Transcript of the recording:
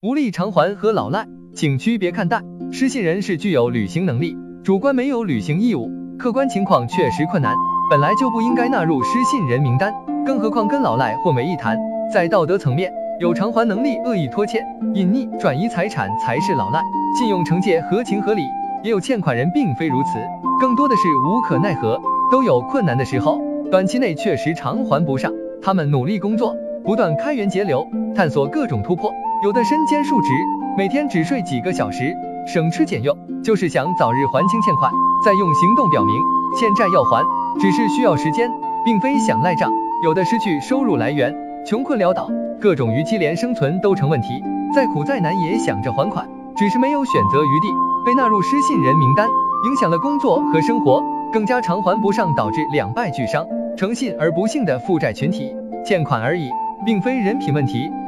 无力偿还和老赖，请区别看待。失信人是具有履行能力，主观没有履行义务，客观情况确实困难，本来就不应该纳入失信人名单，更何况跟老赖混为一谈。在道德层面，有偿还能力恶意拖欠、隐匿、转移财产才是老赖，信用惩戒合情合理。也有欠款人并非如此，更多的是无可奈何，都有困难的时候，短期内确实偿还不上，他们努力工作，不断开源节流，探索各种突破，有的身兼数职，每天只睡几个小时，省吃俭用，就是想早日还清欠款，再用行动表明欠债要还，只是需要时间，并非想赖账。有的失去收入来源，穷困潦倒，各种逾期连生存都成问题，再苦再难也想着还款，只是没有选择余地，被纳入失信人名单，影响了工作和生活，更加偿还不上，导致两败俱伤，诚信而不幸的负债群体。欠款而已，并非人品问题，